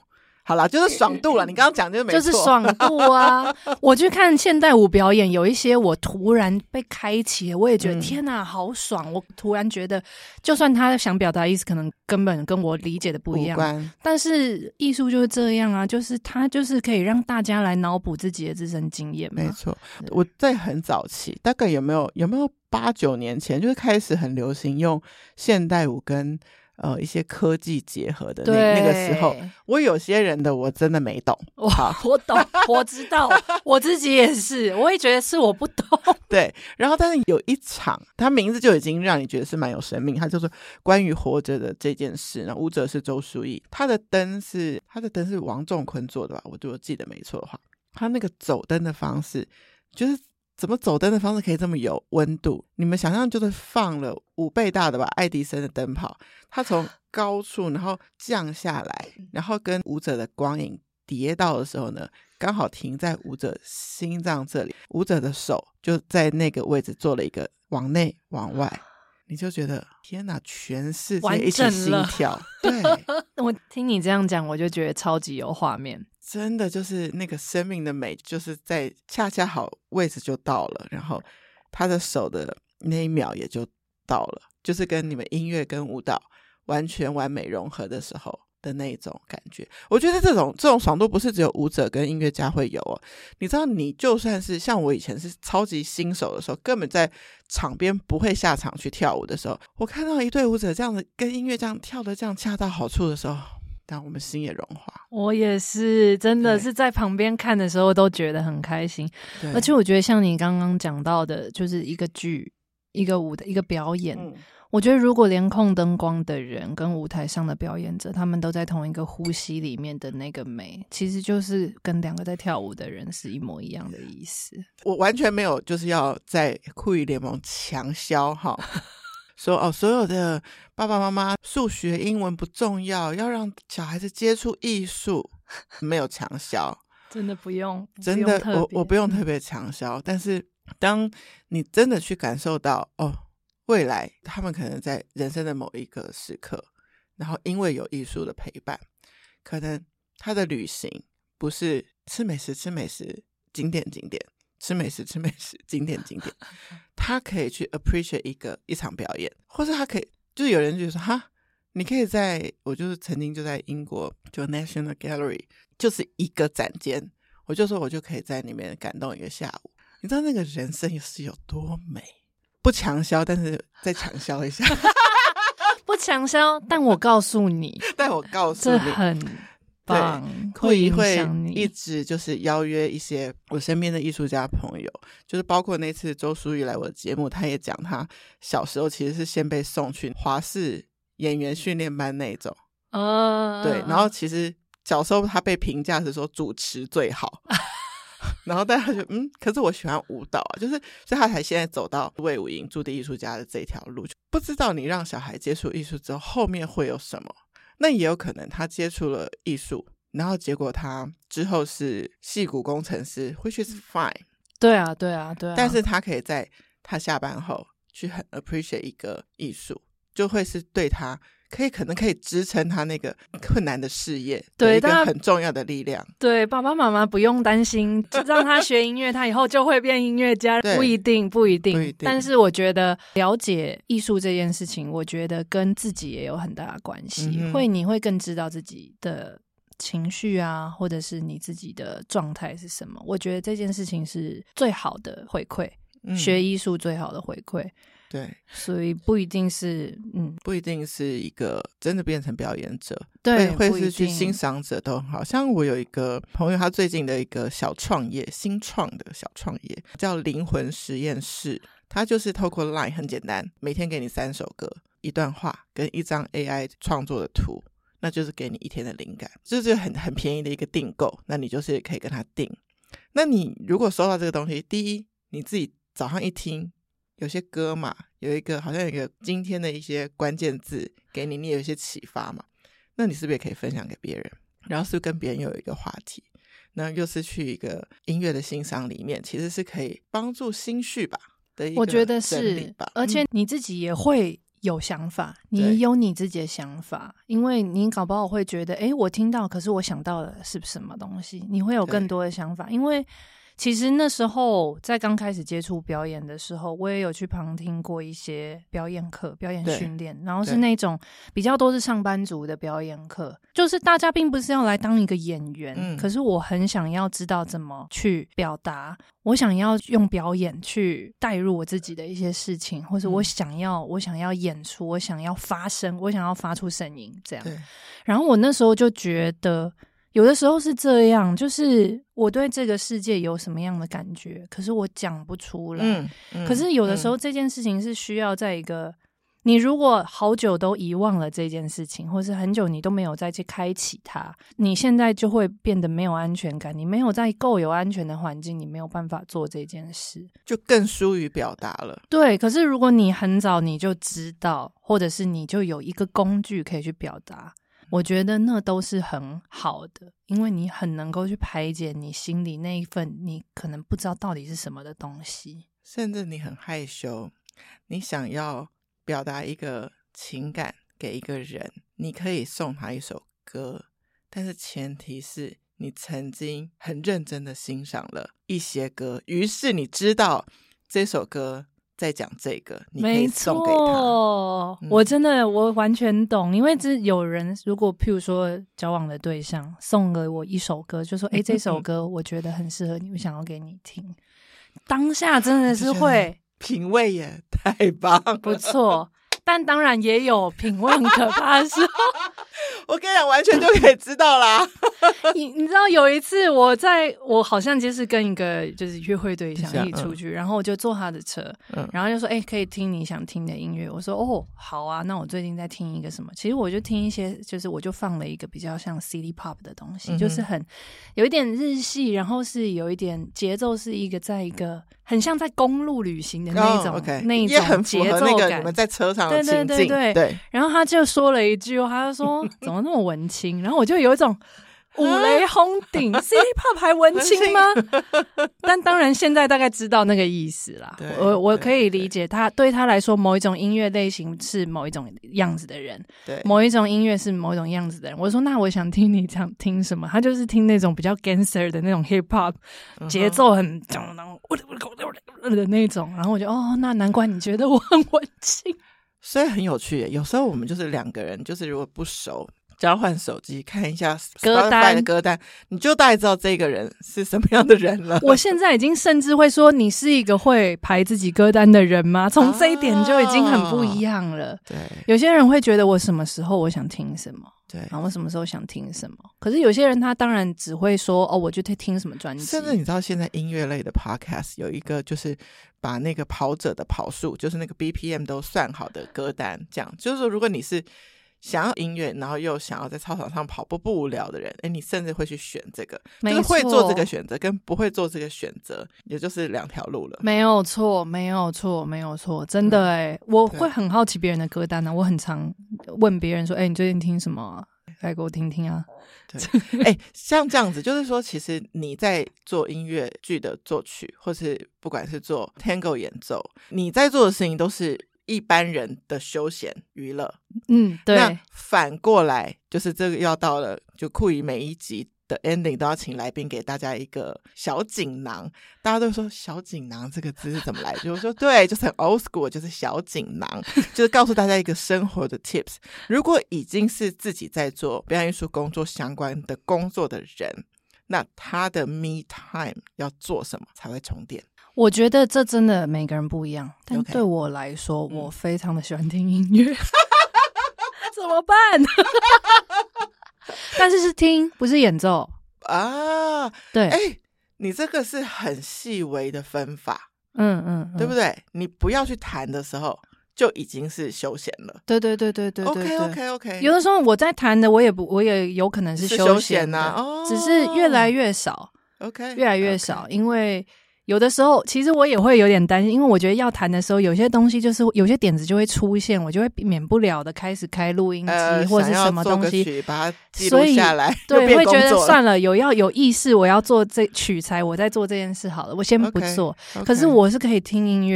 好啦，就是爽度了。你刚刚讲就是没错， 就是爽度啊！我去看现代舞表演，有一些我突然被开启了，我也觉得天哪，好爽！我突然觉得，就算他想表达的意思可能根本跟我理解的不一样，但是艺术就是这样啊，就是它就是可以让大家来脑补自己的自身经验嘛。 没错，我在很早期，大概有没有8、9年前，就是开始很流行用现代舞跟一些科技结合的那个时候，我有些人的我真的没懂。 我懂，我知道，我自己也是，我也觉得是我不懂。 对，然后但是有一场，他名字就已经让你觉得是蛮有生命，他就是关于活着的这件事。然后舞者是周书毅，他的灯是王仲坤做的吧？我记得没错的话，他那个走灯的方式就是怎么走灯的方式可以这么有温度？你们想象就是放了5倍大的吧，爱迪生的灯泡，它从高处然后降下来，然后跟舞者的光影叠到的时候呢，刚好停在舞者心脏这里，舞者的手就在那个位置做了一个往内往外，你就觉得天哪，全世界一起心跳。对， 我听你这样讲，我就觉得超级有画面。 真的就是那个生命的美，就是在恰恰好位置就到了，然后他的手的那一秒也就到了，就是跟你们音乐跟舞蹈完全完美融合的时候的那种感觉。我觉得这种爽度不是只有舞者跟音乐家会有哦。你知道，你就算是像我以前是超级新手的时候，根本在场边不会下场去跳舞的时候，我看到一对舞者这样子跟音乐这样跳的这样恰到好处的时候，但我们心也融化。 我也是，真的是在旁边看的时候都觉得很开心。而且我觉得像你刚刚讲到的，就是一个剧、一个舞的一个表演，我觉得如果连控灯光的人跟舞台上的表演者，他们都在同一个呼吸里面的那个美，其实就是跟2个在跳舞的人是一模一样的意思。 我完全没有就是要在酷艺联盟强销哈。说所有的爸爸妈妈数学英文不重要，要让小孩子接触艺术，没有强销。 真的不用， 真的我不用特别强销。但是当你真的去感受到未来他们可能在人生的某一个时刻，然后因为有艺术的陪伴，可能他的旅行不是吃美食景点吃美食景点他可以去 appreciate 一场表演，或是他可以就是有人就说哈，你可以我就是曾经就在英国就 National Gallery 就是一个展间，我就说我就可以在里面感动一个下午。你知道那个人生是有多美？不强销，但是再强销一下不强销，但我告诉你这很棒， 会一直就是邀约一些我身边的艺术家朋友，就是包括那次周书毅来我的节目，他也讲他小时候其实是先被送去华视演员训练班那种对，然后其实小时候他被评价是说主持最好然后大家就可是我喜欢舞蹈啊，就是所以他才现在走到魏武营驻地艺术家的这条路。不知道你让小孩接触艺术之后后面会有什么，那也有可能他接触了艺术，然后结果他之后是矽谷工程师which is fine。 对啊，但是他可以在他下班后去很 appreciate 一个艺术，就会是对他可能可以支撑他那个困难的事业的一个很重要的力量。 对，爸爸妈妈不用担心让他学音乐他以后就会变音乐家不一定。但是我觉得了解艺术这件事情，我觉得跟自己也有很大的关系。你会更知道自己的情绪啊，或者是你自己的状态是什么。我觉得这件事情是最好的回馈，学艺术最好的回馈。 对， 所以不一定是不一定是一个真的变成表演者， 对， 会是去欣赏者都很好。像我有一个朋友，他最近的一个小创业，新创的小创业叫灵魂实验室。他就是透过 LINE 很简单，每天给你3首歌、1段话跟1张 AI 创作的图，那就是给你1天的灵感，就是很便宜的一个订购。那你就是可以跟他订。那你如果收到这个东西，第一你自己早上一听，有些歌嘛，好像有一个今天的一些关键字给你，你有一些启发嘛，那你是不是也可以分享给别人，然后是不是跟别人有一个话题，那又是去一个音乐的欣赏里面，其实是可以帮助心绪吧的一个整理吧。 我觉得是，而且你自己也会有想法，你有你自己的想法，因为你搞不好会觉得我听到，可是我想到的是什么东西，你会有更多的想法。因为其实那时候在刚开始接触表演的时候，我也有去旁听过一些表演课、表演训练，然后是那种比较多是上班族的表演课，就是大家并不是要来当一个演员，可是我很想要知道怎么去表达，我想要用表演去带入我自己的一些事情，或者我想要演出，我想要发声，我想要发出声音这样。然后我那时候就觉得有的时候是这样，就是我对这个世界有什么样的感觉，可是我讲不出来。可是有的时候这件事情是需要在一个你如果好久都遗忘了这件事情，或是很久你都没有再去开启它，你现在就会变得没有安全感，你没有在够有安全的环境，你没有办法做这件事， 就更疏于表达了。 对，可是如果你很早你就知道，或者是你就有一个工具可以去表达，我觉得那都是很好的，因为你很能够去排解你心里那一份你可能不知道到底是什么的东西， 甚至你很害羞，你想要表达一个情感给一个人，你可以送他一首歌，但是前提是你曾经很认真的欣赏了一些歌，于是你知道这首歌在讲这个，你可以送给他。 我完全懂，因为有人如果譬如说交往的对象送了我一首歌，就说这首歌我觉得很适合你，我想要给你听，当下真的是会品味也太棒了， 不错。但当然也有品味很可怕的时候我跟你讲完全就可以知道啦你知道有一次我好像就是跟一个就是约会对象一起出去，然后我就坐他的车，然后就说可以听你想听的音乐，我说好啊，那我最近在听一个什么，其实我就听一些，就是我就放了一个比较像 City Pop 的东西，就是有一点日系，然后是有一点节奏，是一个在一个很像在公路旅行的那种那一种节奏感，也很符合那个你们在车上的情境。 对。然后他就说了一句，他就说怎么那么文青，然后我就有一种五雷轰顶，City Pop 还文青吗？但当然现在大概知道那个意思啦。我可以理解他，对他来说某一种音乐类型是某一种样子的人，对，某一种音乐是某一种样子的人。我说那我想听你想听什么，他就是听那种比较 gangster 的那种 hip hop，节奏很的那种，然后我就那难怪你觉得我很文青。 所以很有趣耶，有时候我们就是两个人，就是如果不熟，交换手机看一下 Spotify 的歌单，你就大概知道这个人是什么样的人了。 我现在已经甚至会说，你是一个会排自己歌单的人吗？从这一点就已经很不一样了。对，有些人会觉得我什么时候我想听什么，对，然后我什么时候想听什么。可是有些人他当然只会说我就听什么专辑。 甚至你知道现在音乐类的 podcast 有一个就是把那个跑者的跑速，就是那个 BPM 都算好的歌单，这样就是说如果你是想要音乐然后又想要在操场上跑步不无聊的人，你甚至会去选这个，就是会做这个选择跟不会做这个选择也就是两条路了。 没有错没有错没有错，真的我会很好奇别人的歌单我很常问别人说你最近听什么啊，来给我听听啊。 对，像这样子就是说其实你在做音乐剧的作曲或是不管是做 Tango 演奏，你在做的事情都是一般人的休闲娱乐。对。那反过来就是这个要到了就酷姨每一集的 ending 都要请来宾给大家一个小锦囊，大家都说小锦囊这个字是怎么来的，就是说对，就是很 old school， 就是小锦囊就是告诉大家一个生活的 tips。 如果已经是自己在做表演艺术工作相关的工作的人，那他的 me time 要做什么才会充电？ 我觉得这真的每个人不一样，但对我来说我非常的喜欢听音乐怎么办但是听不是演奏啊。 对， 你这个是很细微的分法，对不对？你不要去弹的时候就已经是休闲了。对 OK 有的时候我在弹的我也有可能是休闲的，只是越来越少。越来越少，因为有的时候其实我也会有点担心，因为我觉得要弹的时候有些东西就是有些点子就会出现，我就会免不了的开始开录音机或是什么东西把它记录下来， 对，会觉得算了，有意识我要做这取材，我在做这件事好了，我先不做。可是我是可以听音乐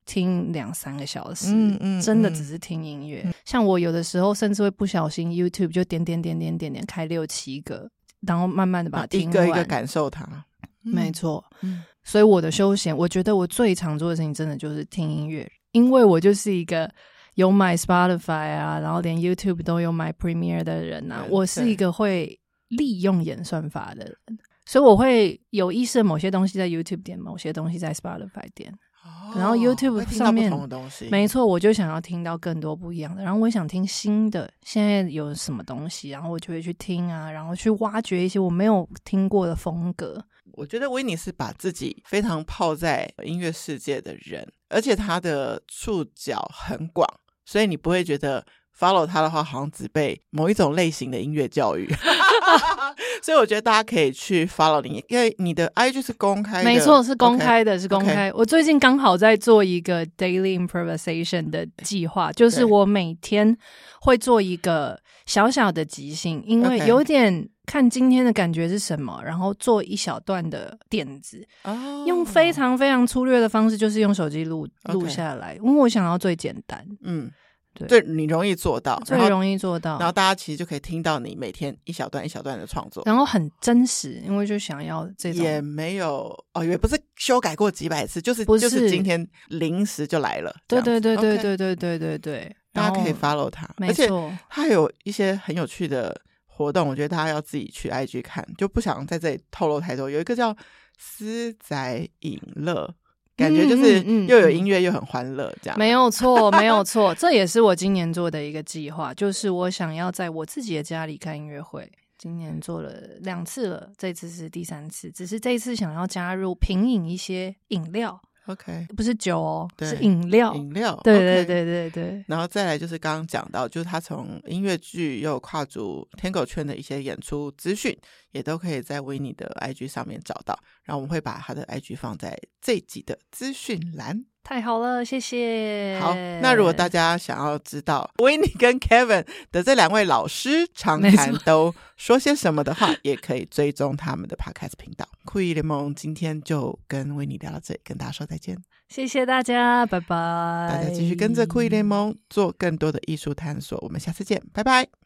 听2-3个小时，真的只是听音乐。像我有的时候甚至会不小心 YouTube 就点开6-7个，然后慢慢的把它听完， 一个一个感受它。 没错。所以我的休闲，我觉得我最常做的事情真的就是听音乐，因为我就是一个有买 Spotify 啊，然后连 YouTube 都有买 Premiere 的人啊，我是一个会利用演算法的人，所以我会有意识的某些东西在 YouTube 点，某些东西在 Spotify 点，然后 YouTube 上面不同的东西， 没错，我就想要听到更多不一样的，然后我想听新的，现在有什么东西，然后我就会去听啊，然后去挖掘一些我没有听过的风格。 我觉得维尼是把自己非常泡在音乐世界的人，而且他的触角很广，所以你不会觉得 follow 他的话好像只被某一种类型的音乐教育所以我觉得大家可以去 follow 你，因为你的 IG 是公开的。 没错，是公开的，是公开。我最近刚好在做一个 daily improvisation 的计划，就是我每天会做一个小小的即兴，因为有点看今天的感觉是什么，然后做一小段的点子，用非常非常粗略的方式，就是用手机录下来，因为我想要最简单。对， 你容易做到， 最容易做到， 然后大家其实就可以听到你每天一小段一小段的创作， 然后很真实，因为就想要这种， 也没有也不是修改过几百次，就是今天临时就来了。 对， 大家可以 follow 他， 没错， 而且他有一些很有趣的活动，我觉得大家要自己去 IG 看，就不想在这里透露太多。有一个叫私宅饮乐，感觉就是又有音乐又很欢乐这样。 没有错没有错，这也是我今年做的一个计划，就是我想要在我自己的家里开音乐会，今年做了2次了，这次是第3次，只是这一次想要加入品饮一些饮料。 OK， 不是酒哦，是饮料。对对对对对。 然后再来就是刚刚讲到，就是他从音乐剧又跨足天狗圈的一些演出资讯，也都可以在维尼的 IG 上面找到。然后我们会把他的 IG 放在这一集的资讯栏。 太好了，谢谢。 好，那如果大家想要知道维尼跟 Kevin 的这2位老师常谈都说些什么的话，也可以追踪他们的 Podcast 频道。酷艺联盟今天就跟维尼聊到这里，跟大家说再见。 谢谢大家，拜拜。 大家继续跟着酷艺联盟做更多的艺术探索，我们下次见，拜拜。